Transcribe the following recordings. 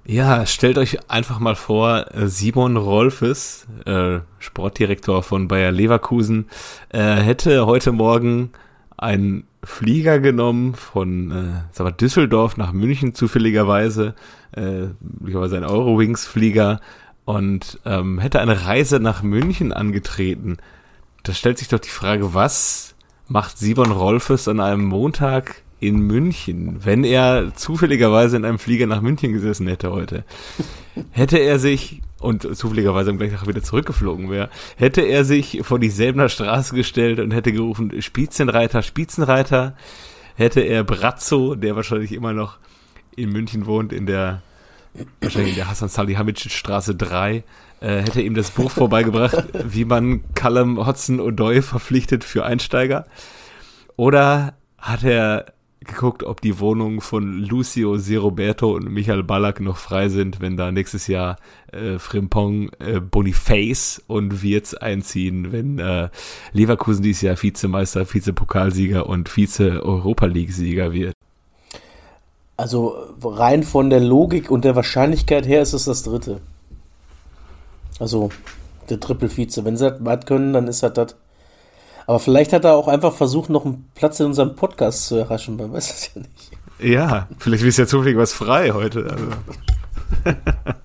Ja, stellt euch einfach mal vor, Simon Rolfes, Sportdirektor von Bayer Leverkusen, hätte heute Morgen einen Flieger genommen von Düsseldorf nach München zufälligerweise, möglicherweise ein Eurowings-Flieger, und hätte eine Reise nach München angetreten. Da stellt sich doch die Frage, was macht Simon Rolfes an einem Montag in München, wenn er zufälligerweise in einem Flieger nach München gesessen hätte heute? Hätte er sich, und zufälligerweise am gleichen Tag wieder zurückgeflogen wäre, hätte er sich vor die Säbener Straße gestellt und hätte gerufen, Spitzenreiter, Spitzenreiter, hätte er Brazzo, der wahrscheinlich immer noch in München wohnt, wahrscheinlich in der Hasan-Salihamidzic-Straße 3, hätte ihm das Buch vorbeigebracht, wie man Callum Hudson-Odoi verpflichtet für Einsteiger? Oder hat er geguckt, ob die Wohnungen von Lucio Roberto und Michael Ballack noch frei sind, wenn da nächstes Jahr Frimpong, Boniface und Wirtz einziehen, wenn Leverkusen dieses Jahr Vizemeister, Vizepokalsieger und Vize-Europa-League-Sieger wird? Also rein von der Logik und der Wahrscheinlichkeit her ist es das dritte. Also der Triple-Vize. Wenn sie das weit können, dann ist das. Aber vielleicht hat er auch einfach versucht, noch einen Platz in unserem Podcast zu erhaschen. Man weiß es ja nicht. Ja, vielleicht ist ja zufällig was frei heute. Also.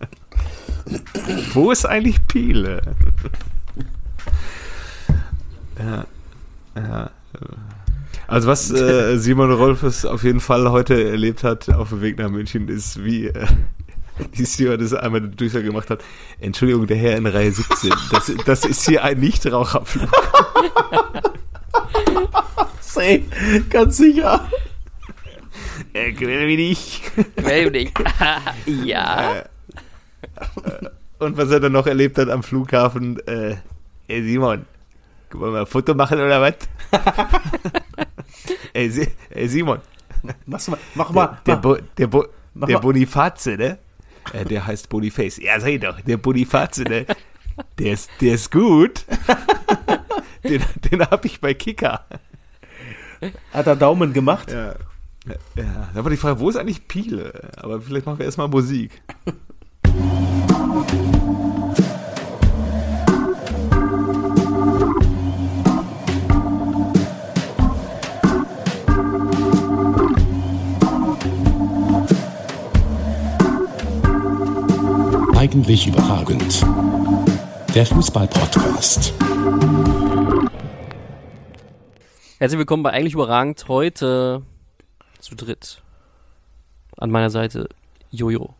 Wo ist eigentlich Piele? Ja. Also was Simon Rolfes auf jeden Fall heute erlebt hat auf dem Weg nach München, ist wie die Stewardess einmal eine Durchsage gemacht hat: Entschuldigung, der Herr in Reihe 17, das ist hier ein Nichtraucherflug. Safe, ganz sicher. Quäl mich nicht. Quäl mich nicht. Ja. Und was er dann noch erlebt hat am Flughafen, ey Simon, können wir mal ein Foto machen oder was? ey Simon. Mach mal. Der Boniface, ne? Der heißt Boniface. Ja, sag ich doch, der Boniface, ne? Der ist gut. Den hab ich bei Kicker. Hat er Daumen gemacht? Ja. Da war die Frage, wo ist eigentlich Piele? Aber vielleicht machen wir erstmal Musik. Eigentlich überragend. Der Fußball-Podcast. Herzlich willkommen bei Eigentlich überragend. Heute zu dritt. An meiner Seite Jojo.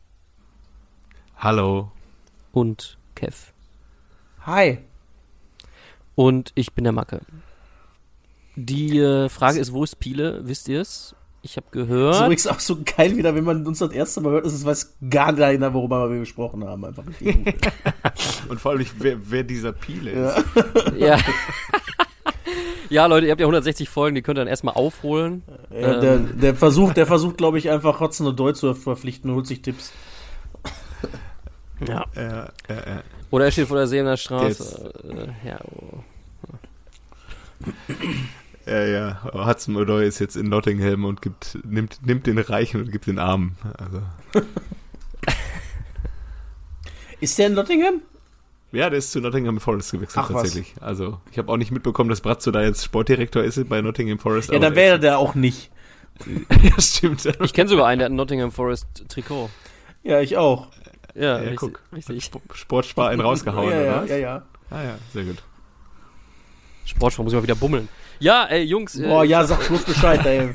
Hallo. Und Kev. Hi. Und ich bin der Macke. Die Frage ist, wo ist Piele? Wisst ihr es? Ich habe gehört. Das ist übrigens auch so geil wieder, wenn man uns das erste Mal hört, ist es weiß gar nicht, worüber wir gesprochen haben. Einfach und vor allem nicht, wer dieser Piele ist. Ja. Ja, Leute, ihr habt ja 160 Folgen, die könnt ihr dann erstmal aufholen. Ja, der versucht, glaube ich, einfach Hudson-Odoi zu verpflichten und holt sich Tipps. Ja. Oder er steht vor der Säbener Straße. Ja. Hudson-Odoi ist jetzt in Nottingham und nimmt den Reichen und gibt den Armen. Also. Ist der in Nottingham? Ja, der ist zu Nottingham Forest gewechselt. Ach, tatsächlich. Was? Also ich habe auch nicht mitbekommen, dass Brazzo da jetzt Sportdirektor ist bei Nottingham Forest. Ja, dann wäre der auch nicht. Ja, stimmt. Ich kenne sogar einen, der hat ein Nottingham Forest Trikot. Ja, ich auch. Ja, richtig. Sportspar einen rausgehauen, oder was? Ja. Ah ja, sehr gut. Sportspar muss ich mal wieder bummeln. Ja, ey, Jungs. Sag bloß Bescheid, ey.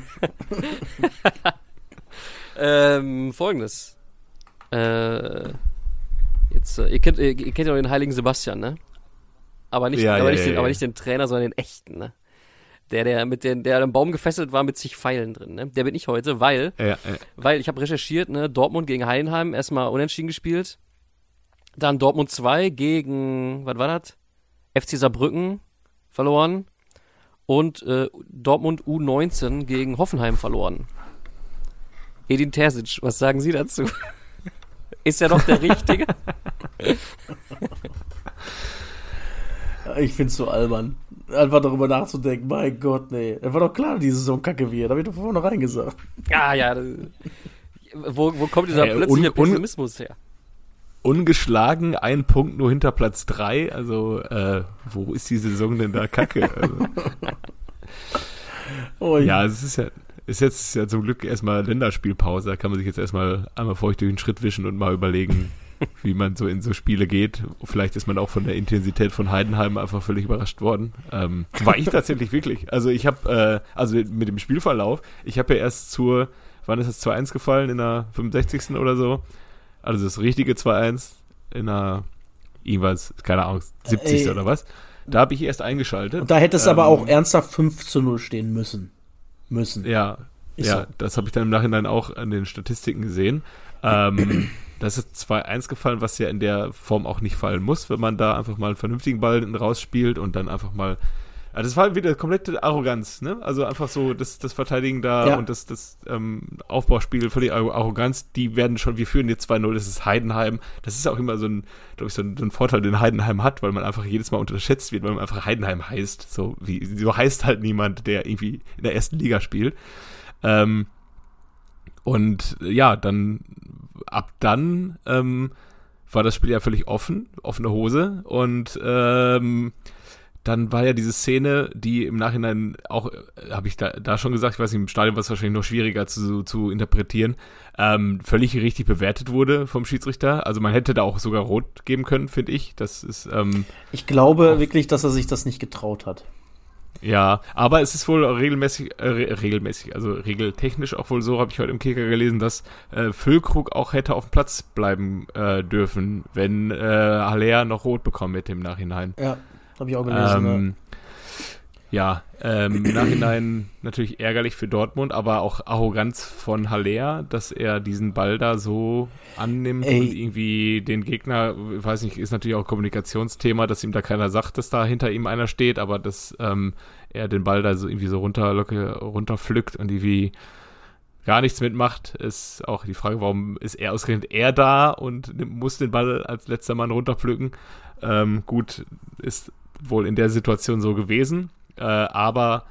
Folgendes. Jetzt, ihr kennt ja noch den heiligen Sebastian, ne? Aber nicht den Trainer, sondern den echten, ne? Der am Baum gefesselt war mit zig Pfeilen drin, ne? Der bin ich heute, weil ich habe recherchiert, ne? Dortmund gegen Heidenheim erstmal unentschieden gespielt. Dann Dortmund 2 gegen, was war das? FC Saarbrücken verloren. Und Dortmund U19 gegen Hoffenheim verloren. Edin Terzic, was sagen Sie dazu? Ist er doch der Richtige? Ich find's so albern. Einfach darüber nachzudenken, mein Gott, nee. Es war doch klar, die Saison kacke wird. Da hab ich doch vorhin noch reingesagt. Ja. Wo kommt dieser plötzliche Pessimismus her? Ungeschlagen, 1 Punkt nur hinter Platz 3. Also, wo ist die Saison denn da kacke? Also, ja, es ist jetzt ja zum Glück erstmal Länderspielpause. Da kann man sich jetzt erstmal einmal feucht durch den Schritt wischen und mal überlegen, wie man so in so Spiele geht. Vielleicht ist man auch von der Intensität von Heidenheim einfach völlig überrascht worden. War ich tatsächlich wirklich. Also ich habe, also mit dem Spielverlauf, ich habe ja erst wann ist das 2-1 gefallen? In der 65. oder so? Also das richtige 2-1 in der, irgendwas, keine Ahnung, 70. oder was? Da habe ich erst eingeschaltet. Und da hätte es aber auch ernsthaft 5-0 stehen müssen. Ja, so. Das habe ich dann im Nachhinein auch an den Statistiken gesehen. Das ist 2-1 gefallen, was ja in der Form auch nicht fallen muss, wenn man da einfach mal einen vernünftigen Ball hinten rausspielt und dann einfach mal. Also das war wieder komplette Arroganz, ne? Also einfach so das Verteidigen da und das Aufbauspiel, völlig Arroganz, die werden schon, wir führen jetzt 2-0, das ist Heidenheim. Das ist auch immer so ein Vorteil, den Heidenheim hat, weil man einfach jedes Mal unterschätzt wird, weil man einfach Heidenheim heißt. So heißt halt niemand, der irgendwie in der ersten Liga spielt. Und ja, ab dann war das Spiel ja völlig offene Hose und dann war ja diese Szene, die im Nachhinein auch, habe ich da schon gesagt, ich weiß nicht, im Stadion war es wahrscheinlich noch schwieriger zu interpretieren, völlig richtig bewertet wurde vom Schiedsrichter. Also man hätte da auch sogar rot geben können, finde ich. Das ist ich glaube wirklich, dass er sich das nicht getraut hat. Ja, aber es ist wohl regeltechnisch auch wohl so, habe ich heute im Kicker gelesen, dass Füllkrug auch hätte auf dem Platz bleiben dürfen, wenn Haller noch rot bekommen hätte im Nachhinein. Ja, habe ich auch gelesen. Im Nachhinein natürlich ärgerlich für Dortmund, aber auch Arroganz von Haller, dass er diesen Ball da so annimmt und irgendwie den Gegner, ich weiß nicht, ist natürlich auch ein Kommunikationsthema, dass ihm da keiner sagt, dass da hinter ihm einer steht, aber dass er den Ball da so irgendwie so runterpflückt und irgendwie gar nichts mitmacht, ist auch die Frage, warum ist er ausgerechnet da und muss den Ball als letzter Mann runterpflücken. Gut, ist wohl in der Situation so gewesen. Aber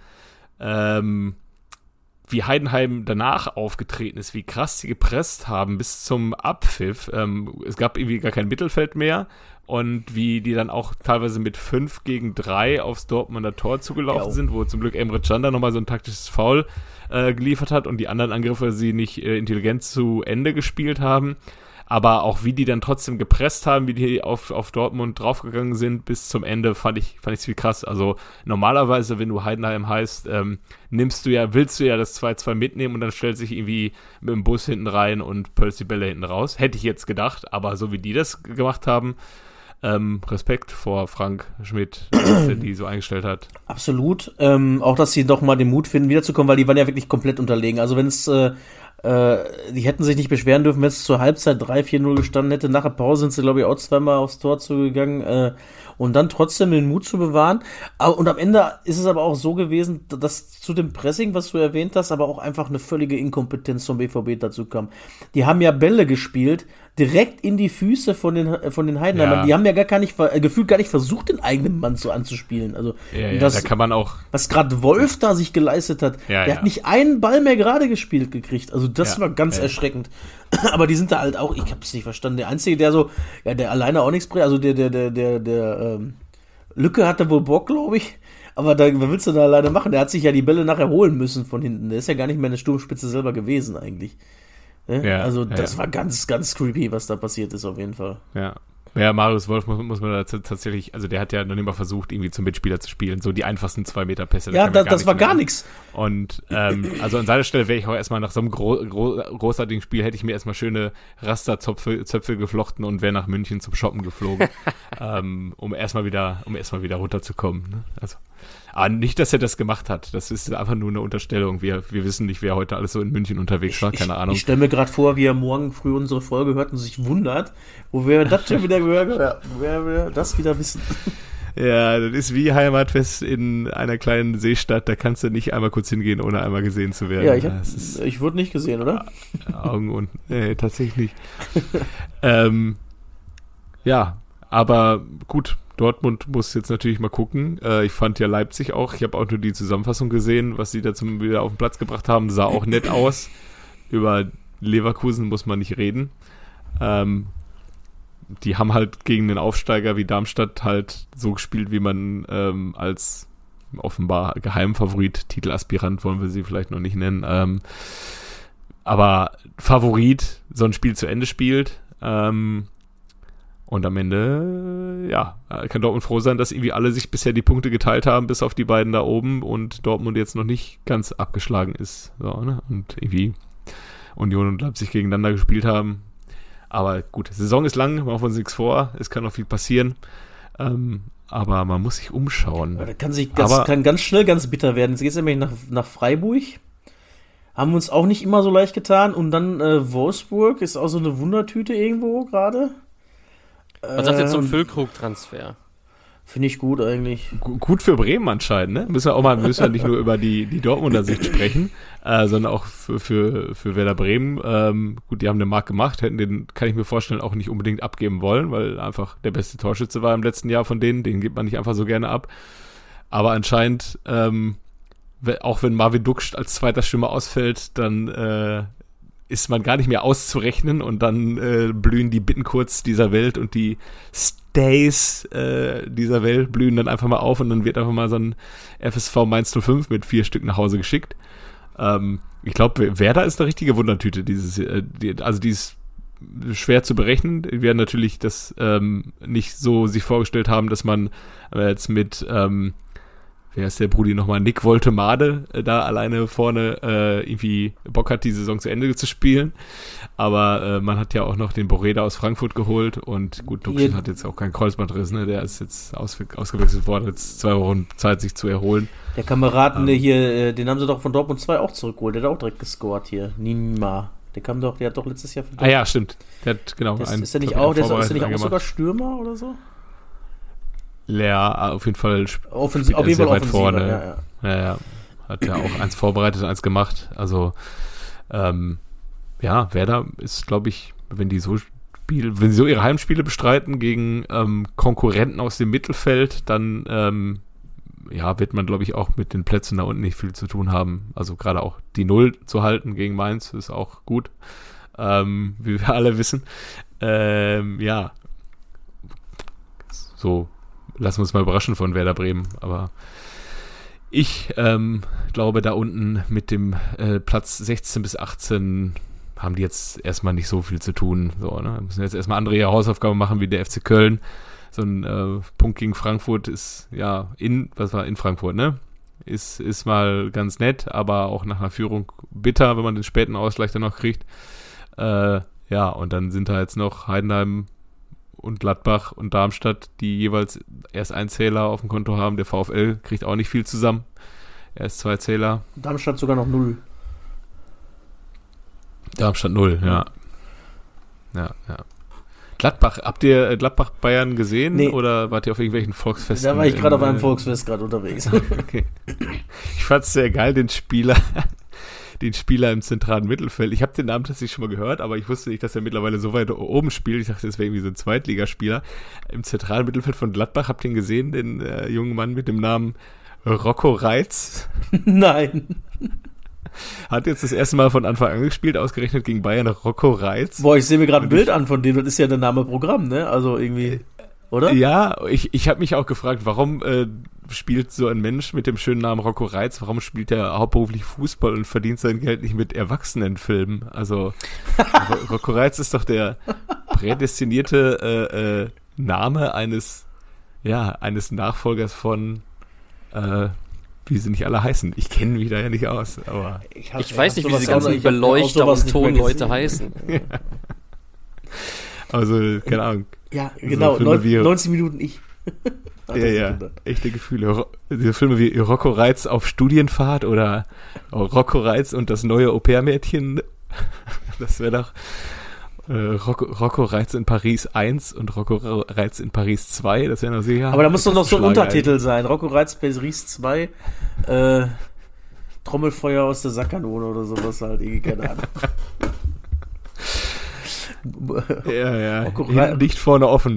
wie Heidenheim danach aufgetreten ist, wie krass sie gepresst haben bis zum Abpfiff, es gab irgendwie gar kein Mittelfeld mehr und wie die dann auch teilweise mit 5-3 aufs Dortmunder Tor zugelaufen sind, wo zum Glück Emre Can da nochmal so ein taktisches Foul geliefert hat und die anderen Angriffe sie nicht intelligent zu Ende gespielt haben. Aber auch wie die dann trotzdem gepresst haben, wie die auf Dortmund draufgegangen sind bis zum Ende, fand ich viel krass. Also normalerweise, wenn du Heidenheim heißt, willst du ja das 2-2 mitnehmen und dann stellt sich irgendwie mit dem Bus hinten rein und pölzt die Bälle hinten raus. Hätte ich jetzt gedacht, aber so wie die das gemacht haben, Respekt vor Frank Schmidt, dass er die so eingestellt hat. Absolut. Auch, dass sie doch mal den Mut finden, wiederzukommen, weil die waren ja wirklich komplett unterlegen. Also wenn es die hätten sich nicht beschweren dürfen, wenn es zur Halbzeit 3-4-0 gestanden hätte. Nach der Pause sind sie, glaube ich, auch zweimal aufs Tor zugegangen. Und dann trotzdem den Mut zu bewahren. Und am Ende ist es aber auch so gewesen, dass zu dem Pressing, was du erwähnt hast, aber auch einfach eine völlige Inkompetenz vom BVB dazu kam. Die haben ja Bälle gespielt, direkt in die Füße von den Heidenheimern. Ja. Die haben ja gefühlt gar nicht versucht, den eigenen Mann so anzuspielen. Also da kann man auch. Was gerade Wolf da sich geleistet hat, der hat nicht einen Ball mehr gerade gespielt gekriegt. Also das war ganz erschreckend. Aber die sind da halt auch, ich hab's nicht verstanden. Der Einzige, der alleine auch nichts bringt, also der Lücke hatte wohl Bock, glaube ich. Aber was willst du da alleine machen? Der hat sich ja die Bälle nachher holen müssen von hinten. Der ist ja gar nicht mehr eine Sturmspitze selber gewesen eigentlich. Das war ganz, ganz creepy, was da passiert ist auf jeden Fall. Ja, Marius Wolf muss man da tatsächlich, also der hat ja noch nicht mal versucht, irgendwie zum Mitspieler zu spielen, so die einfachsten 2-Meter-Pässe. Ja, das war gar nichts. Und also an seiner Stelle wäre ich auch erstmal nach so einem großartigen Spiel, hätte ich mir erstmal schöne Rasterzöpfe geflochten und wäre nach München zum Shoppen geflogen, um erstmal wieder runterzukommen. Ne? Also, aber nicht, dass er das gemacht hat. Das ist einfach nur eine Unterstellung. Wir wissen nicht, wer heute alles so in München unterwegs war. Keine Ahnung. Ich stelle mir gerade vor, wie er morgen früh unsere Folge hört und sich wundert, wo wir das schon wieder gehört haben. Wer wir das wieder wissen. Ja, das ist wie Heimatfest in einer kleinen Seestadt. Da kannst du nicht einmal kurz hingehen, ohne einmal gesehen zu werden. Ja, ich wurde nicht gesehen, oder? Augen und tatsächlich nicht. Ja, aber gut. Dortmund muss jetzt natürlich mal gucken. Ich fand ja Leipzig auch. Ich habe auch nur die Zusammenfassung gesehen, was sie da wieder auf den Platz gebracht haben. Sah auch nett aus. Über Leverkusen muss man nicht reden. Die haben halt gegen den Aufsteiger wie Darmstadt halt so gespielt, wie man als offenbar Geheimfavorit, Titelaspirant wollen wir sie vielleicht noch nicht nennen, aber Favorit so ein Spiel zu Ende spielt. Und am Ende, kann Dortmund froh sein, dass irgendwie alle sich bisher die Punkte geteilt haben, bis auf die beiden da oben und Dortmund jetzt noch nicht ganz abgeschlagen ist. So, ne? Und irgendwie Union und Leipzig gegeneinander gespielt haben. Aber gut, Saison ist lang, machen wir uns nichts vor, es kann noch viel passieren. Aber man muss sich umschauen. Das kann ganz schnell ganz bitter werden. Jetzt geht es nämlich nach Freiburg. Haben wir uns auch nicht immer so leicht getan. Und dann Wolfsburg ist auch so eine Wundertüte irgendwo gerade. Was sagst du jetzt zum Füllkrug-Transfer? Finde ich gut eigentlich. Gut für Bremen anscheinend, ne? Müssen wir nicht nur über die Dortmunder Sicht sprechen, sondern auch für Werder Bremen. Gut, die haben den Markt gemacht, hätten den, kann ich mir vorstellen, auch nicht unbedingt abgeben wollen, weil einfach der beste Torschütze war im letzten Jahr von denen. Den gibt man nicht einfach so gerne ab. Aber anscheinend, auch wenn Marvin Duksch als zweiter Stürmer ausfällt, dann ist man gar nicht mehr auszurechnen und dann blühen die Bittenkurz dieser Welt und die Stays dieser Welt blühen dann einfach mal auf und dann wird einfach mal so ein FSV Mainz 05 mit 4 Stück nach Hause geschickt. Ich glaube, Werder ist eine richtige Wundertüte. Die ist schwer zu berechnen. Die werden natürlich das nicht so sich vorgestellt haben, dass man jetzt mit wer ist der Brudi nochmal? Nick Woltemade da alleine vorne irgendwie Bock hat, die Saison zu Ende zu spielen. Aber man hat ja auch noch den Borreda aus Frankfurt geholt und gut, Duxch hat jetzt auch keinen Kreuzbandriss, ne? Der ist jetzt ausgewechselt worden, jetzt 2 Wochen Zeit, sich zu erholen. Der Kameraden, der hier, den haben sie doch von Dortmund 2 auch zurückgeholt, der hat auch direkt gescored hier. Nima. Der hat doch letztes Jahr von Dortmund. Ah ja, stimmt. Der hat genau ist der nicht auch sogar Stürmer oder so? Ja, auf jeden Fall auf jeden Fall weit vorne. Ja. Hat ja auch eins vorbereitet, eins gemacht. Also Werder ist, glaube ich, wenn sie so ihre Heimspiele bestreiten gegen Konkurrenten aus dem Mittelfeld, dann wird man, glaube ich, auch mit den Plätzen da unten nicht viel zu tun haben. Also gerade auch die 0 zu halten gegen Mainz ist auch gut, wie wir alle wissen. So lassen wir uns mal überraschen von Werder Bremen, aber ich glaube, da unten mit dem Platz 16 bis 18 haben die jetzt erstmal nicht so viel zu tun. So, ne? Müssen jetzt erstmal andere Hausaufgaben machen wie der FC Köln. So ein Punkt gegen Frankfurt ist in Frankfurt, ne? Ist mal ganz nett, aber auch nach einer Führung bitter, wenn man den späten Ausgleich dann noch kriegt. Und dann sind da jetzt noch Heidenheim und Gladbach und Darmstadt, die jeweils erst 1 Zähler auf dem Konto haben. Der VfL kriegt auch nicht viel zusammen. Erst 2 Zähler. Darmstadt sogar noch 0. Darmstadt 0, ja. Gladbach, habt ihr Gladbach-Bayern gesehen? Nee. Oder wart ihr auf irgendwelchen Volksfesten? Da war ich gerade auf einem Volksfest gerade unterwegs. Okay. Ich fand es sehr geil, den Spieler im zentralen Mittelfeld. Ich habe den Namen tatsächlich schon mal gehört, aber ich wusste nicht, dass er mittlerweile so weit oben spielt. Ich dachte, das wäre irgendwie so ein Zweitligaspieler. Im zentralen Mittelfeld von Gladbach, habt ihr ihn gesehen, den jungen Mann mit dem Namen Rocco Reitz? Nein. Hat jetzt das erste Mal von Anfang an gespielt, ausgerechnet gegen Bayern Rocco Reitz. Boah, ich sehe mir gerade ein Bild an von dem, das ist ja der Name Programm, ne? Also irgendwie, oder? Ja, ich habe mich auch gefragt, warum spielt so ein Mensch mit dem schönen Namen Rocco Reitz, warum spielt er hauptberuflich Fußball und verdient sein Geld nicht mit Erwachsenenfilmen? Also Rocco Reitz ist doch der prädestinierte Name eines Nachfolgers von wie sie nicht alle heißen. Ich kenne mich da ja nicht aus, aber ich weiß nicht, wie diese ganzen Beleuchter und Tonleute heißen. Ja. Also, keine Ahnung. Ja, genau, so 90 Minuten ich. Ja, echte Gefühle. Diese Filme wie Rocco Reitz auf Studienfahrt oder Rocco Reitz und das neue Au-pair-Mädchen. Das wäre doch Rocco Reitz in Paris 1 und Rocco Reitz in Paris 2. Das wäre noch sicher. Aber da muss doch noch so ein Untertitel sein. Rocco Reitz Paris 2 Trommelfeuer aus der Sackkanone oder sowas halt. Keine Ahnung. Ja. Nicht vorne offen.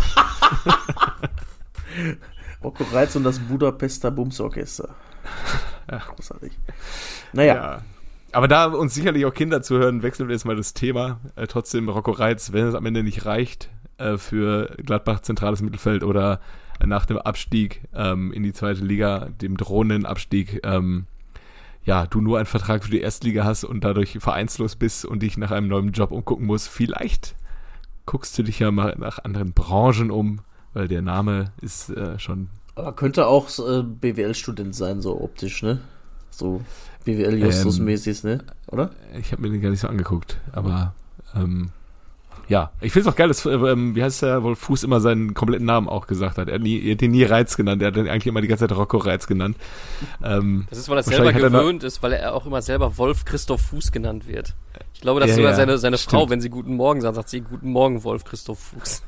Rocco Reitz und das Budapester Bumsorchester. Ja. Großartig. Naja. Aber da uns sicherlich auch Kinder zuhören, wechseln wir jetzt mal das Thema. Trotzdem Rocco Reitz, wenn es am Ende nicht reicht für Gladbach zentrales Mittelfeld oder nach dem Abstieg in die zweite Liga, dem drohenden Abstieg, du nur einen Vertrag für die Erstliga hast und dadurch vereinslos bist und dich nach einem neuen Job umgucken musst, vielleicht guckst du dich ja mal nach anderen Branchen um, weil der Name ist schon... Aber könnte auch BWL-Student sein, so optisch, ne? So BWL-Justus-mäßig, ne? Oder? Ich habe mir den gar nicht so angeguckt, aber ich finde es auch geil, dass, wie heißt der, wohl Fuß immer seinen kompletten Namen auch gesagt hat. Er hat ihn nie Reitz genannt, er hat ihn eigentlich immer die ganze Zeit Rocco Reitz genannt. Das ist, weil er selber gewöhnt ist, weil er auch immer selber Wolf Christoph Fuß genannt wird. Ich glaube, dass sogar seine Frau, wenn sie Guten Morgen sagt sie Guten Morgen, Wolf Christoph Fuß.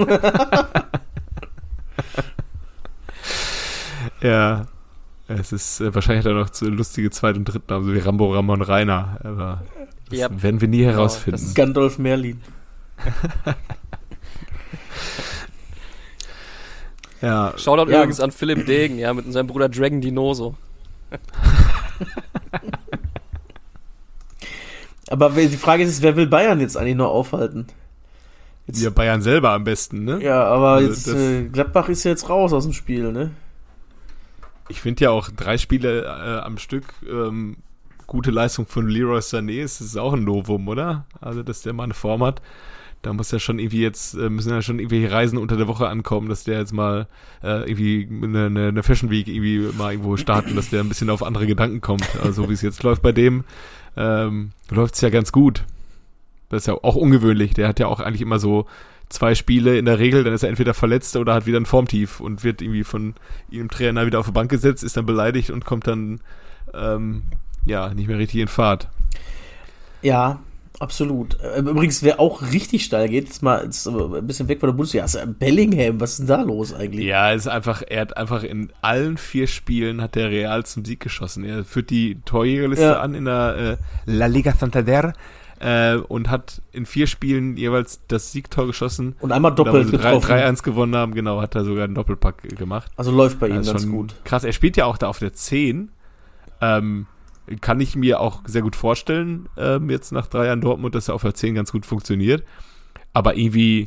Ja, es ist, wahrscheinlich hat er noch lustige Zweit- und Drittnamen, so wie Rambo, Ramon, Rainer, aber das werden wir nie herausfinden. Das ist Gandalf Merlin. Ja. Shoutout übrigens an Philipp Degen, mit seinem Bruder Dragon Dinoso. Aber die Frage ist, wer will Bayern jetzt eigentlich noch aufhalten? Ja, Bayern selber am besten, ne? Ja, aber also Gladbach ist ja jetzt raus aus dem Spiel, ne? Ich finde ja auch 3 Spiele am Stück gute Leistung von Leroy Sané, das ist auch ein Novum, oder? Also, dass der mal eine Form hat. Da muss ja schon irgendwie müssen ja schon irgendwelche Reisen unter der Woche ankommen, dass der jetzt mal irgendwie eine Fashion Week irgendwie mal irgendwo starten, dass der ein bisschen auf andere Gedanken kommt. Also, wie es jetzt läuft bei dem, läuft es ja ganz gut. Das ist ja auch ungewöhnlich. Der hat ja auch eigentlich immer so 2 Spiele in der Regel, dann ist er entweder verletzt oder hat wieder ein Formtief und wird irgendwie von ihrem Trainer wieder auf die Bank gesetzt, ist dann beleidigt und kommt dann nicht mehr richtig in Fahrt. Ja, absolut. Übrigens, wer auch richtig steil geht, ist ein bisschen weg von der Bundesliga. Also Bellingham, was ist denn da los eigentlich? Ja, er hat einfach in allen 4 Spielen hat der Real zum Sieg geschossen. Er führt die Torjägerliste an in der La Liga Santander. Und hat in 4 Spielen jeweils das Siegtor geschossen. Und einmal doppelt getroffen. 3-1 gewonnen haben, genau, hat er sogar einen Doppelpack gemacht. Also läuft bei ihm ganz gut. Krass, er spielt ja auch da auf der 10. Kann ich mir auch sehr gut vorstellen, jetzt nach 3 Jahren Dortmund, dass er auf der 10 ganz gut funktioniert. Aber irgendwie,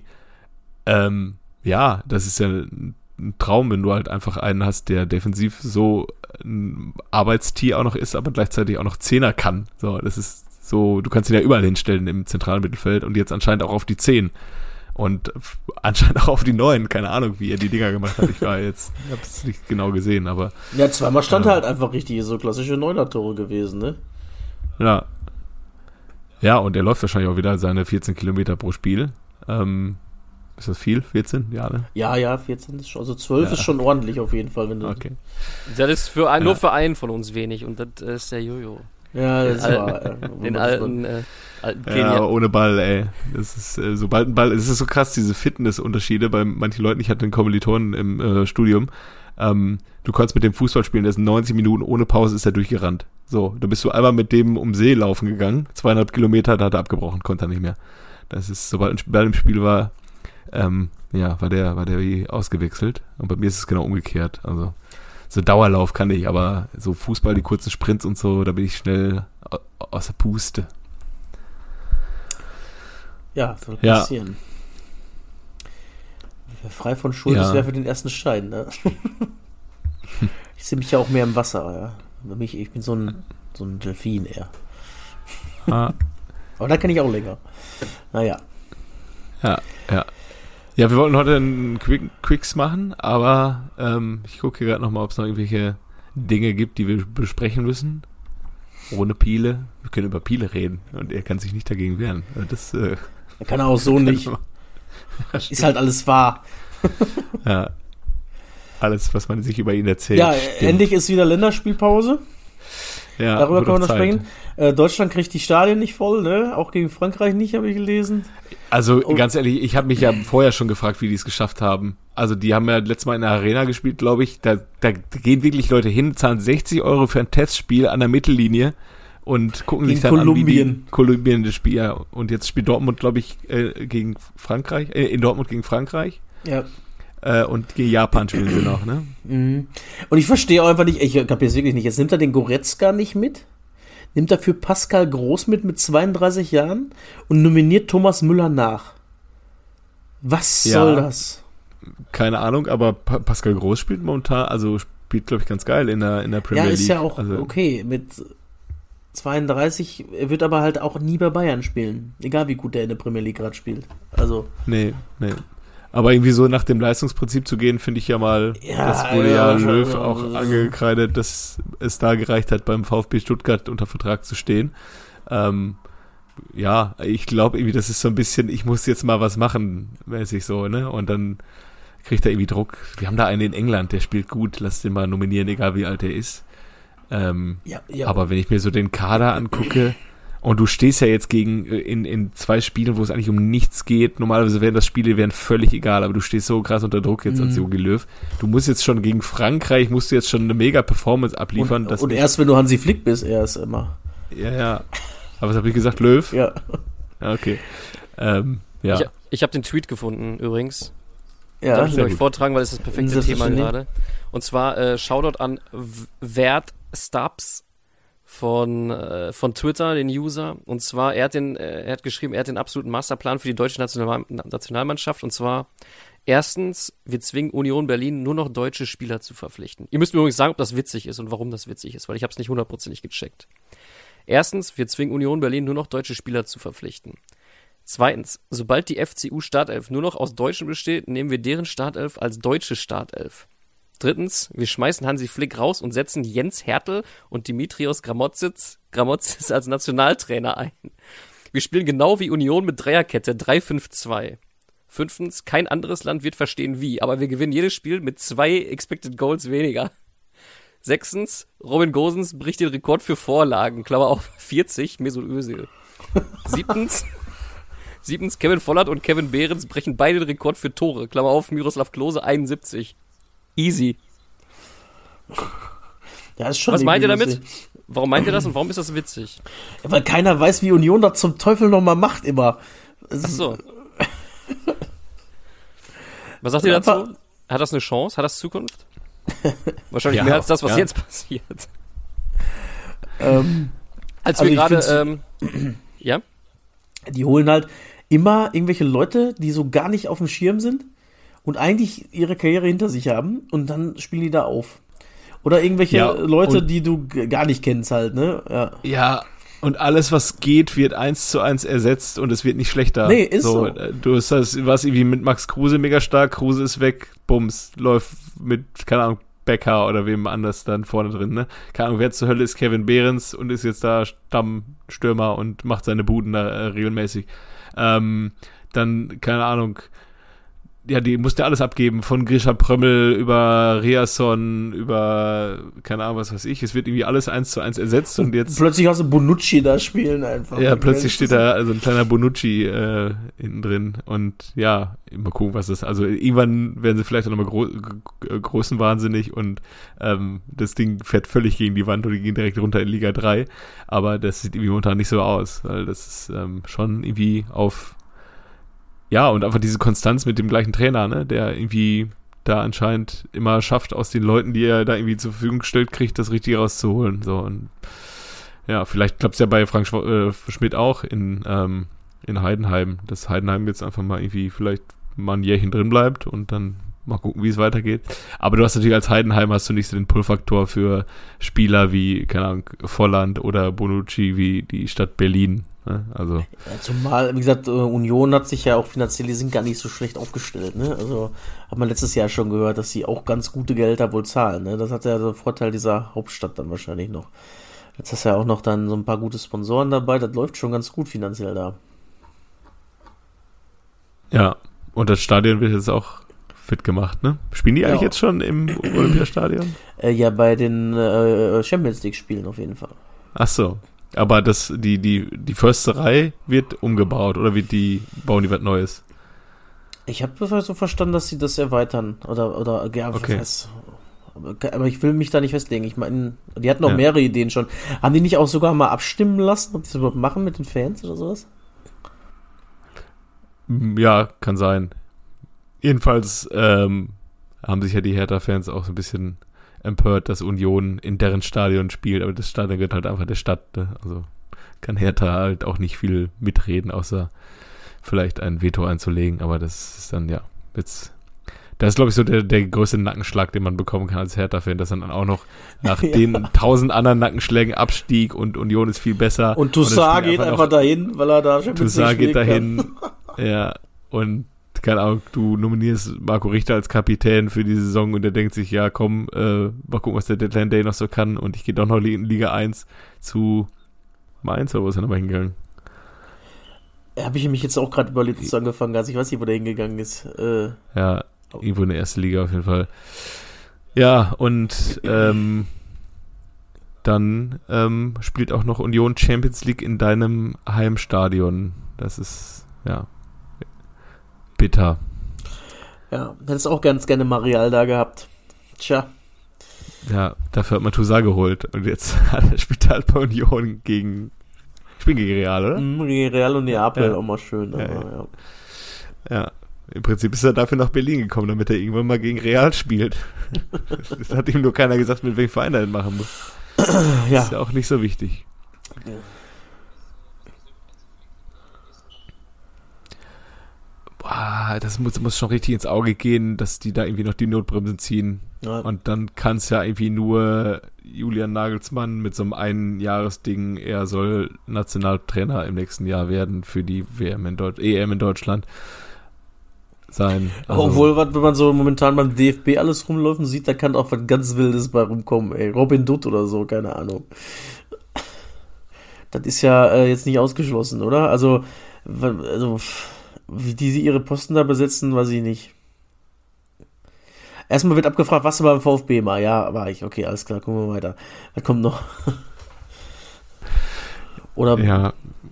das ist ja ein Traum, wenn du halt einfach einen hast, der defensiv so ein Arbeitstier auch noch ist, aber gleichzeitig auch noch Zehner kann. So, das ist so, du kannst ihn ja überall hinstellen im zentralen Mittelfeld und jetzt anscheinend auch auf die 10 und anscheinend auch auf die 9. Keine Ahnung, wie er die Dinger gemacht hat. Ich habe es nicht genau gesehen, aber... Ja, zweimal stand er halt einfach richtig, so klassische 9er-Tore gewesen, ne? Ja. Ja, und er läuft wahrscheinlich auch wieder seine 14 Kilometer pro Spiel. Ist das viel? 14? Ja, ne? Ja, 14 ist schon, also 12 ist schon ordentlich auf jeden Fall, wenn du... Okay. Das ist nur für einen von uns wenig und das ist der Jojo. Ja, das war den alten ja, ohne Ball, ey. Das ist, sobald ein Ball, es ist so krass, diese Fitnessunterschiede bei manchen Leuten. Ich hatte einen Kommilitonen im Studium. Du kannst mit dem Fußball spielen, der ist 90 Minuten ohne Pause, ist er durchgerannt. So, da bist du einmal mit dem um See laufen gegangen, 2,5 Kilometer, da hat er abgebrochen, konnte er nicht mehr. Das ist, sobald ein Ball im Spiel war, war der wie ausgewechselt. Und bei mir ist es genau umgekehrt. Also so Dauerlauf kann ich, aber so Fußball, die kurzen Sprints und so, da bin ich schnell aus der Puste. Ja, soll passieren. Wer frei von Schuld ist, wer für den ersten Stein, ne? Ich sehe mich ja auch mehr im Wasser, ja. Ich bin so ein Delfin eher. Aber da kann ich auch länger. Naja. Ja. Ja, wir wollten heute einen Quicks machen, aber ich gucke hier gerade nochmal, ob es noch irgendwelche Dinge gibt, die wir besprechen müssen. Ohne Piele. Wir können über Piele reden und er kann sich nicht dagegen wehren. Er kann auch so nicht. Ist halt alles wahr. Ja. Alles, was man sich über ihn erzählt. Ja, endlich ist wieder Länderspielpause. Ja, darüber können wir noch sprechen. Deutschland kriegt die Stadien nicht voll, ne? Auch gegen Frankreich nicht, habe ich gelesen. Also ganz ehrlich, ich habe mich ja vorher schon gefragt, wie die es geschafft haben. Also die haben ja letztes Mal in der Arena gespielt, glaube ich. Da gehen wirklich Leute hin, zahlen 60 € für ein Testspiel an der Mittellinie und gucken sich dann an, wie die Kolumbien das Spiel. Ja. Und jetzt spielt Dortmund, glaube ich, gegen Frankreich, in Dortmund gegen Frankreich. Ja. Und gegen Japan spielen sie noch, ne? Mhm. Und ich verstehe auch einfach nicht, ich kapiere es wirklich nicht, jetzt nimmt er den Goretzka nicht mit? nimmt dafür Pascal Groß mit 32 Jahren und nominiert Thomas Müller nach. Was soll das? Keine Ahnung, aber Pascal Groß spielt momentan, also spielt, glaube ich, ganz geil in der Premier League. Ja, ist ja auch okay, mit 32, er wird aber halt auch nie bei Bayern spielen. Egal, wie gut der in der Premier League gerade spielt. Also. Nee. Aber irgendwie so nach dem Leistungsprinzip zu gehen, finde ich ja mal, das wurde ja Löw auch angekreidet, dass es da gereicht hat, beim VfB Stuttgart unter Vertrag zu stehen. Ich glaube irgendwie, das ist so ein bisschen, ich muss jetzt mal was machen, mäßig so, ne? Und dann kriegt er irgendwie Druck. Wir haben da einen in England, der spielt gut, lass den mal nominieren, egal wie alt er ist. Aber wenn ich mir so den Kader angucke, und du stehst ja jetzt gegen in 2 Spielen, wo es eigentlich um nichts geht. Normalerweise wären das Spiele völlig egal, aber du stehst so krass unter Druck jetzt als Jogi Löw. Du musst jetzt schon gegen Frankreich, musst du jetzt schon eine mega Performance abliefern. Und erst wenn du Hansi Flick bist, erst immer. Ja. Aber was habe ich gesagt? Löw? Ja. Okay. Ich habe den Tweet gefunden, übrigens. Ja, darf ich euch vortragen, weil es ist das perfekte Thema gerade. Und zwar Shoutout an Wert Stubbs von Twitter, den User. Und zwar, er hat geschrieben, er hat den absoluten Masterplan für die deutsche Nationalmannschaft. Und zwar, erstens, wir zwingen Union Berlin nur noch deutsche Spieler zu verpflichten. Ihr müsst mir übrigens sagen, ob das witzig ist und warum das witzig ist, weil ich habe es nicht 100% gecheckt. Erstens, wir zwingen Union Berlin nur noch deutsche Spieler zu verpflichten. Zweitens, sobald die FCU-Startelf nur noch aus Deutschen besteht, nehmen wir deren Startelf als deutsche Startelf. Drittens, wir schmeißen Hansi Flick raus und setzen Jens Hertel und Dimitrios Gramotzis als Nationaltrainer ein. Wir spielen genau wie Union mit Dreierkette 3-5-2. Fünftens, kein anderes Land wird verstehen wie, aber wir gewinnen jedes Spiel mit 2 Expected Goals weniger. Sechstens, Robin Gosens bricht den Rekord für Vorlagen, Klammer auf 40, Mesut Özil. Siebtens, Kevin Volland und Kevin Behrens brechen beide den Rekord für Tore, Klammer auf Miroslav Klose 71. Easy. Ja, ist schon. Was meint ihr damit? Warum meint ihr das und warum ist das witzig? Ja, weil keiner weiß, wie Union das zum Teufel nochmal macht immer. Ach so. Was sagt ihr dazu? Hat das eine Chance? Hat das Zukunft? Wahrscheinlich mehr als das, was jetzt passiert. Als wir gerade, ja? Die holen halt immer irgendwelche Leute, die so gar nicht auf dem Schirm sind und eigentlich ihre Karriere hinter sich haben und dann spielen die da auf. Oder irgendwelche Leute, die du gar nicht kennst halt, ne? Ja, und alles, was geht, wird 1:1 ersetzt und es wird nicht schlechter. Nee, ist so. Du hast was irgendwie mit Max Kruse mega stark, Kruse ist weg, bums, läuft mit, keine Ahnung, Becker oder wem anders dann vorne drin, ne? Keine Ahnung, wer zur Hölle ist Kevin Behrens und ist jetzt da Stammstürmer und macht seine Buden da regelmäßig. Dann, keine Ahnung, ja, die musste alles abgeben, von Grisha Prömmel über Riasson, über, keine Ahnung, was weiß ich, es wird irgendwie alles 1:1 ersetzt und jetzt... Plötzlich hast du Bonucci da spielen einfach. Ja, plötzlich steht da also ein kleiner Bonucci hinten drin und ja, mal gucken, was das ist. Also irgendwann werden sie vielleicht auch nochmal größenwahnsinnig und das Ding fährt völlig gegen die Wand und die gehen direkt runter in Liga 3, aber das sieht irgendwie momentan nicht so aus, weil das ist schon irgendwie auf... Ja, und einfach diese Konstanz mit dem gleichen Trainer, ne, der irgendwie da anscheinend immer schafft, aus den Leuten, die er da irgendwie zur Verfügung gestellt kriegt, das Richtige rauszuholen. So, und ja, vielleicht klappt es ja bei Frank Schmidt auch in Heidenheim, dass Heidenheim jetzt einfach mal irgendwie vielleicht mal ein Jährchen drin bleibt und dann mal gucken, wie es weitergeht. Aber du hast natürlich als Heidenheim hast du nicht so den Pull-Faktor für Spieler wie, keine Ahnung, Volland oder Bonucci wie die Stadt Berlin. Also. Ja, zumal, wie gesagt, Union hat sich ja auch finanziell, die sind gar nicht so schlecht aufgestellt, ne? Also hat man letztes Jahr schon gehört, dass sie auch ganz gute Gehälter wohl zahlen, ne? Das hat ja den Vorteil dieser Hauptstadt dann wahrscheinlich noch. Jetzt hast du ja auch noch dann so ein paar gute Sponsoren dabei, das läuft schon ganz gut finanziell da. Ja, und das Stadion wird jetzt auch fit gemacht, ne? Spielen die eigentlich jetzt schon im Olympiastadion? Ja, bei den Champions League Spielen auf jeden Fall. Ach so. Aber die Försterei wird umgebaut oder bauen die was Neues? Ich habe so verstanden, dass sie das erweitern oder ja, okay. Aber ich will mich da nicht festlegen. Ich meine, die hatten noch mehrere Ideen schon. Haben die nicht auch sogar mal abstimmen lassen, ob die das überhaupt machen mit den Fans oder sowas? Ja, kann sein. Jedenfalls haben sich ja die Hertha-Fans auch so ein bisschen empört, dass Union in deren Stadion spielt, aber das Stadion gehört halt einfach der Stadt, ne? Also kann Hertha halt auch nicht viel mitreden, außer vielleicht ein Veto einzulegen, aber das ist dann, ja, jetzt, das ist, glaube ich, so der größte Nackenschlag, den man bekommen kann als Hertha-Fan, dass dann auch noch nach den 1000 anderen Nackenschlägen Abstieg und Union ist viel besser. Und Toussaint geht einfach dahin, weil er da schon Toussaint geht dahin, ja, und keine Ahnung, du nominierst Marco Richter als Kapitän für die Saison und der denkt sich, ja komm, mal gucken, was der Deadline Day noch so kann und ich gehe doch noch in Liga 1 zu Mainz, oder wo ist er nochmal hingegangen? Habe ich mich jetzt auch gerade überlegt, zu angefangen, also ich weiß nicht, wo der hingegangen ist. Ja, irgendwo in der ersten Liga auf jeden Fall. Ja, und dann spielt auch noch Union Champions League in deinem Heimstadion. Das ist, ja, bitter. Ja, hättest auch ganz gerne Marial da gehabt. Tja. Ja, dafür hat man Toussaint geholt. Und jetzt spielt er halt bei Union gegen Real, oder? Gegen Real und Neapel, auch mal schön. Aber, ja, im Prinzip ist er dafür nach Berlin gekommen, damit er irgendwann mal gegen Real spielt. Das hat ihm nur keiner gesagt, mit welchem Verein er denn machen muss. Ja. Ist ja auch nicht so wichtig. Ja. Boah, das muss schon richtig ins Auge gehen, dass die da irgendwie noch die Notbremsen ziehen. Ja. Und dann kann es ja irgendwie nur Julian Nagelsmann mit so einem Einjahresding, er soll Nationaltrainer im nächsten Jahr werden für die EM in Deutschland sein. Also, obwohl, wenn man so momentan beim DFB alles rumläuft und sieht, da kann auch was ganz Wildes bei rumkommen, ey. Robin Dutt oder so, keine Ahnung. Das ist ja jetzt nicht ausgeschlossen, oder? Also wie die ihre Posten da besetzen, weiß ich nicht. Erstmal wird abgefragt, was du beim VfB mal? Ja, war ich. Okay, alles klar, gucken wir weiter. Was kommt noch? Oder? Ja,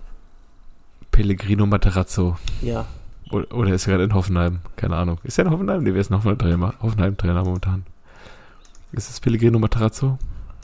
Pellegrino Materazzo. Ja. Oder ist er gerade in Hoffenheim? Keine Ahnung. Ist er in Hoffenheim? Nee, wer ist ein Hoffenheim-Trainer momentan? Ist es Pellegrino Materazzo?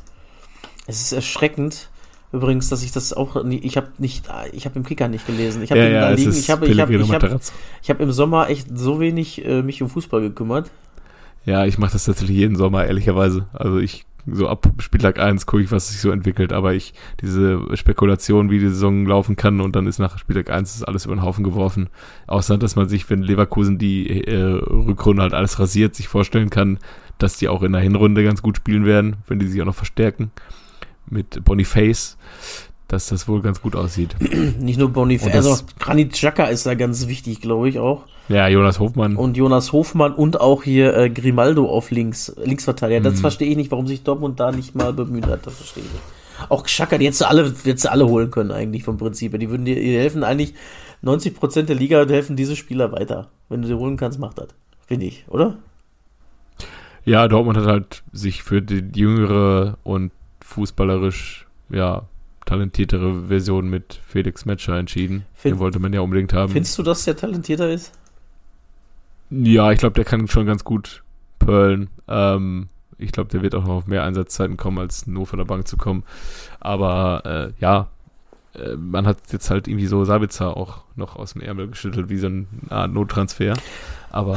Es ist erschreckend, übrigens, dass ich das auch nicht, ich habe im Kicker nicht gelesen. Ich habe den da liegen. Ich habe im Sommer echt so wenig mich um Fußball gekümmert. Ja, ich mache das tatsächlich jeden Sommer, ehrlicherweise. Also so ab Spieltag 1 gucke ich, was sich so entwickelt, aber diese Spekulation, wie die Saison laufen kann und dann ist nach Spieltag 1 ist alles über den Haufen geworfen. Außer, dass man sich, wenn Leverkusen die Rückrunde halt alles rasiert, sich vorstellen kann, dass die auch in der Hinrunde ganz gut spielen werden, wenn die sich auch noch verstärken. Mit Boniface, dass das wohl ganz gut aussieht. Nicht nur Boniface, also Granit Xhaka ist da ganz wichtig, glaube ich auch. Ja, Jonas Hofmann. Und Jonas Hofmann und auch hier Grimaldo auf Linksverteidiger. Das verstehe ich nicht, warum sich Dortmund da nicht mal bemüht hat, das verstehe ich nicht. Auch Xhaka, die hättest du alle holen können eigentlich vom Prinzip. Die würden dir helfen eigentlich, 90% der Liga helfen diese Spieler weiter. Wenn du sie holen kannst, mach das. Finde ich, oder? Ja, Dortmund hat halt sich für die jüngere und fußballerisch, ja, talentiertere Version mit Felix Metscher entschieden. Den wollte man ja unbedingt haben. Findest du, dass der talentierter ist? Ja, ich glaube, der kann schon ganz gut pölen. Ich glaube, der wird auch noch auf mehr Einsatzzeiten kommen, als nur von der Bank zu kommen. Aber man hat jetzt halt irgendwie so Sabitzer auch noch aus dem Ärmel geschüttelt, wie so eine Art Nottransfer. Aber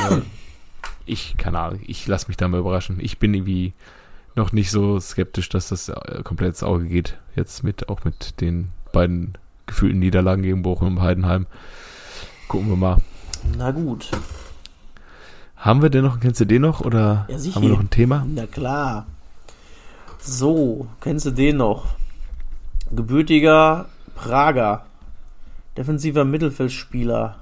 keine Ahnung, ich lasse mich da mal überraschen. Ich bin irgendwie noch nicht so skeptisch, dass das komplett ins Auge geht. Jetzt auch mit den beiden gefühlten Niederlagen gegen Bochum und Heidenheim. Gucken wir mal. Na gut. Kennst du den noch? Oder ja, haben wir noch ein Thema? Na klar. So, kennst du den noch? Gebürtiger defensiver Mittelfeldspieler.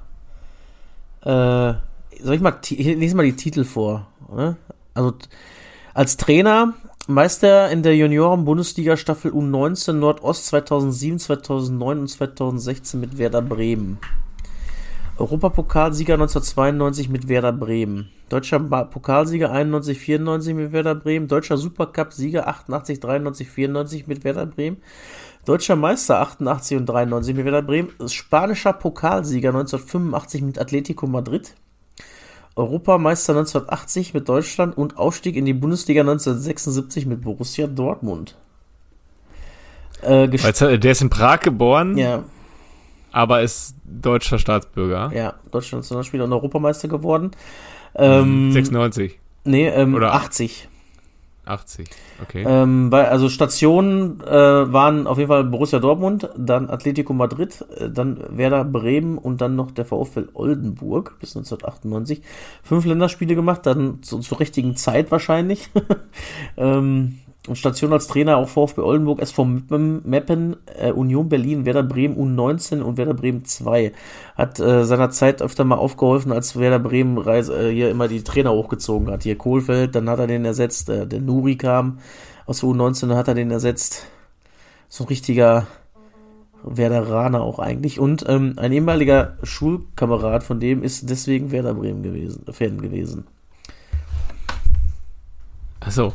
Ich lese mal die Titel vor. Oder? Also, als Trainer Meister in der Junioren-Bundesliga-Staffel U19 Nordost 2007, 2009 und 2016 mit Werder Bremen. Europapokalsieger 1992 mit Werder Bremen. Deutscher Pokalsieger 91-94 mit Werder Bremen. Deutscher Supercup-Sieger 88-93-94 mit Werder Bremen. Deutscher Meister 88 und 93 mit Werder Bremen. Spanischer Pokalsieger 1985 mit Atletico Madrid. Europameister 1980 mit Deutschland und Aufstieg in die Bundesliga 1976 mit Borussia Dortmund. Der ist in Prag geboren, ja, aber ist deutscher Staatsbürger. Ja, deutscher Nationalspieler und Europameister geworden. 96. Nee, oder 80. 80, okay. Also Stationen waren auf jeden Fall Borussia Dortmund, dann Atletico Madrid, dann Werder Bremen und dann noch der VfL Oldenburg bis 1998. 5 Länderspiele gemacht, dann zur richtigen Zeit wahrscheinlich. Und Station als Trainer auch VfB Oldenburg, SV Meppen, Union Berlin, Werder Bremen U19 und Werder Bremen 2. Hat seiner Zeit öfter mal aufgeholfen, als Werder Bremen hier immer die Trainer hochgezogen hat. Hier Kohlfeld, dann hat er den ersetzt, der Nuri kam aus der U19, dann hat er den ersetzt. So ein richtiger Werderaner auch eigentlich. Und ein ehemaliger Schulkamerad von dem ist deswegen Werder Bremen Fan gewesen. Achso.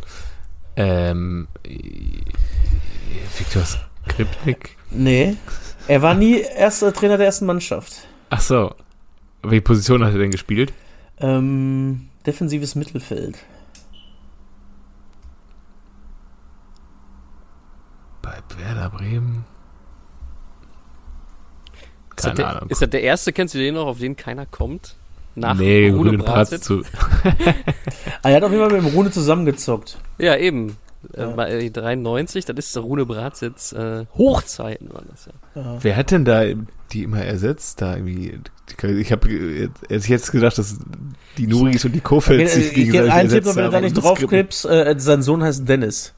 Viktor Skripnik? Nee, er war nie erster Trainer der ersten Mannschaft. Ach so. Welche Position hat er denn gespielt? Defensives Mittelfeld. Bei Werder Bremen? Keine Ahnung. Ist das der erste, kennst du den noch, auf den keiner kommt? Nach Rune Bratzitz. Er hat auf jeden Fall mit dem Rune zusammengezockt. Ja, eben. 93, das ist der Rune Bratzitz. Hochzeiten waren das ja. Wer hat denn da die immer ersetzt? Da irgendwie, ich habe jetzt gedacht, dass die Nuris und die Kofelds sich gegenseitig ersetzt haben. Wenn du da nicht draufklippst, sein Sohn heißt Dennis.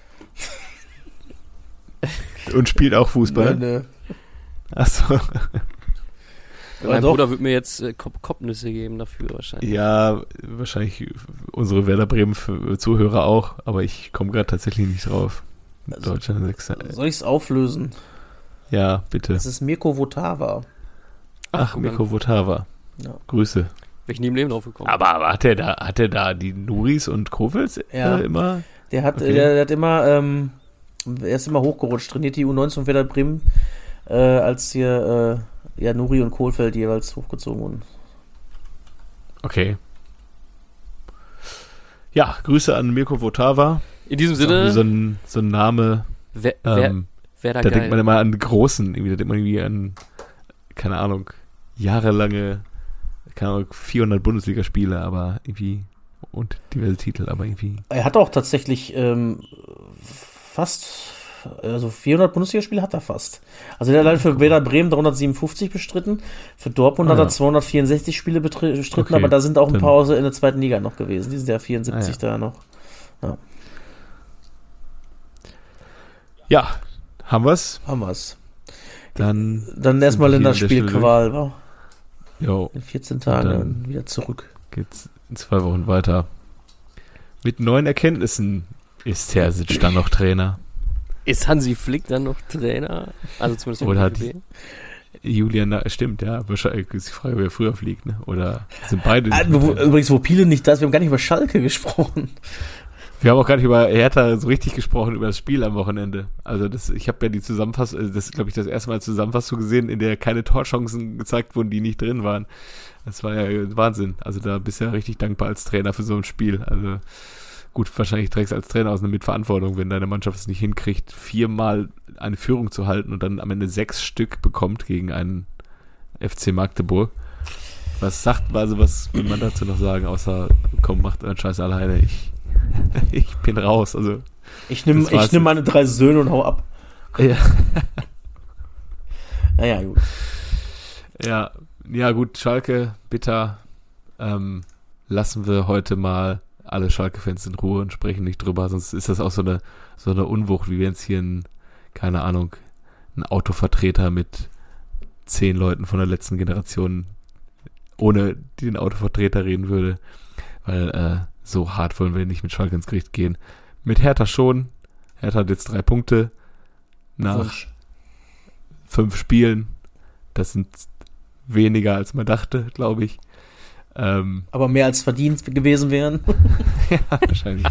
Und spielt auch Fußball? Ne. Achso. Mein Bruder wird mir jetzt Kopfnüsse geben dafür wahrscheinlich. Ja, wahrscheinlich unsere Werder Bremen Zuhörer auch, aber ich komme gerade tatsächlich nicht drauf. Also, Deutschland 6. Soll ich es auflösen? Ja, bitte. Das ist Mirko Votava. Ach, Mirko Votava. Ja. Grüße. Wäre ich nie im Leben drauf gekommen. Aber hat er da die Nuris und Kofels immer? Der hat immer, er ist immer hochgerutscht, trainiert die U19 von Werder Bremen, als hier, Nuri und Kohlfeld jeweils hochgezogen wurden. Okay. Ja, Grüße an Mirko Votava. In diesem Sinne. So ein Name. Wer da geil. Denkt man immer an Großen. Da denkt man irgendwie an, keine Ahnung, jahrelange, 400 Bundesligaspiele, aber irgendwie, und diverse Titel, aber irgendwie. Er hat auch tatsächlich fast, 400 Bundesligaspiele hat er fast. Also der hat allein für Werder Bremen 357 bestritten, für Dortmund hat er 264 Spiele bestritten, aber da sind auch ein paar in der zweiten Liga noch gewesen. Die sind ja 74 da noch. Ja, haben wir's? Haben wir's. Dann erstmal in das Spielqual, wa? Jo. In 14 Tagen dann wieder zurück. Geht's in 2 Wochen weiter. Mit neuen Erkenntnissen ist Terzic dann noch Trainer. Ist Hansi Flick dann noch Trainer? Also zumindest oder hat Julian, stimmt, ja. Wahrscheinlich ist die Frage, wer früher fliegt, ne? Oder sind beide. Übrigens, wo Piele nicht da ist, wir haben gar nicht über Schalke gesprochen. Wir haben auch gar nicht über Hertha so richtig gesprochen, über das Spiel am Wochenende. Also ich habe ja die Zusammenfassung, das ist, glaube ich, das erste Mal Zusammenfassung gesehen, in der keine Torchancen gezeigt wurden, die nicht drin waren. Das war ja Wahnsinn. Also da bist du ja richtig dankbar als Trainer für so ein Spiel. Also gut, wahrscheinlich trägst du als Trainer aus eine Mitverantwortung, wenn deine Mannschaft es nicht hinkriegt, 4-mal eine Führung zu halten und dann am Ende 6 Stück bekommt gegen einen FC Magdeburg. Was will man dazu noch sagen, außer komm, macht euren Scheiß alleine, ich bin raus. Also ich nehm meine 3 Söhne und hau ab. Ja. Naja, gut. Ja, gut, Schalke, bitter. Lassen wir heute mal alle Schalke-Fans in Ruhe und sprechen nicht drüber, sonst ist das auch so eine Unwucht, wie wenn es hier ein Autovertreter mit 10 Leuten von der letzten Generation ohne den Autovertreter reden würde, weil so hart wollen wir nicht mit Schalke ins Gericht gehen. Mit Hertha schon. Hertha hat jetzt 3 Punkte nach 5 Spielen. Das sind weniger, als man dachte, glaube ich. Aber mehr als verdient gewesen wären. Ja, wahrscheinlich.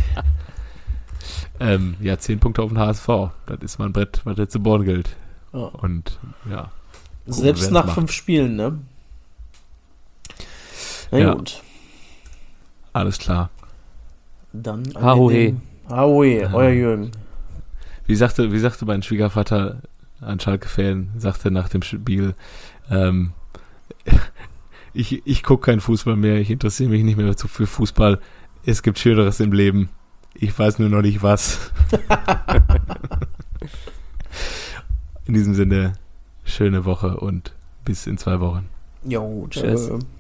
10 Punkte auf den HSV. Das ist mal ein Brett, was jetzt zu bohren gilt. Ja. Und ja. Selbst nach 5 Spielen, ne? Na gut. Alles klar. Dann Ahoe, euer Jürgen. Wie sagte mein Schwiegervater, ein Schalke-Fan, sagte nach dem Spiel, ich gucke keinen Fußball mehr, ich interessiere mich nicht mehr für Fußball, es gibt Schöneres im Leben. Ich weiß nur noch nicht was. In diesem Sinne, schöne Woche und bis in 2 Wochen. Jo, tschüss.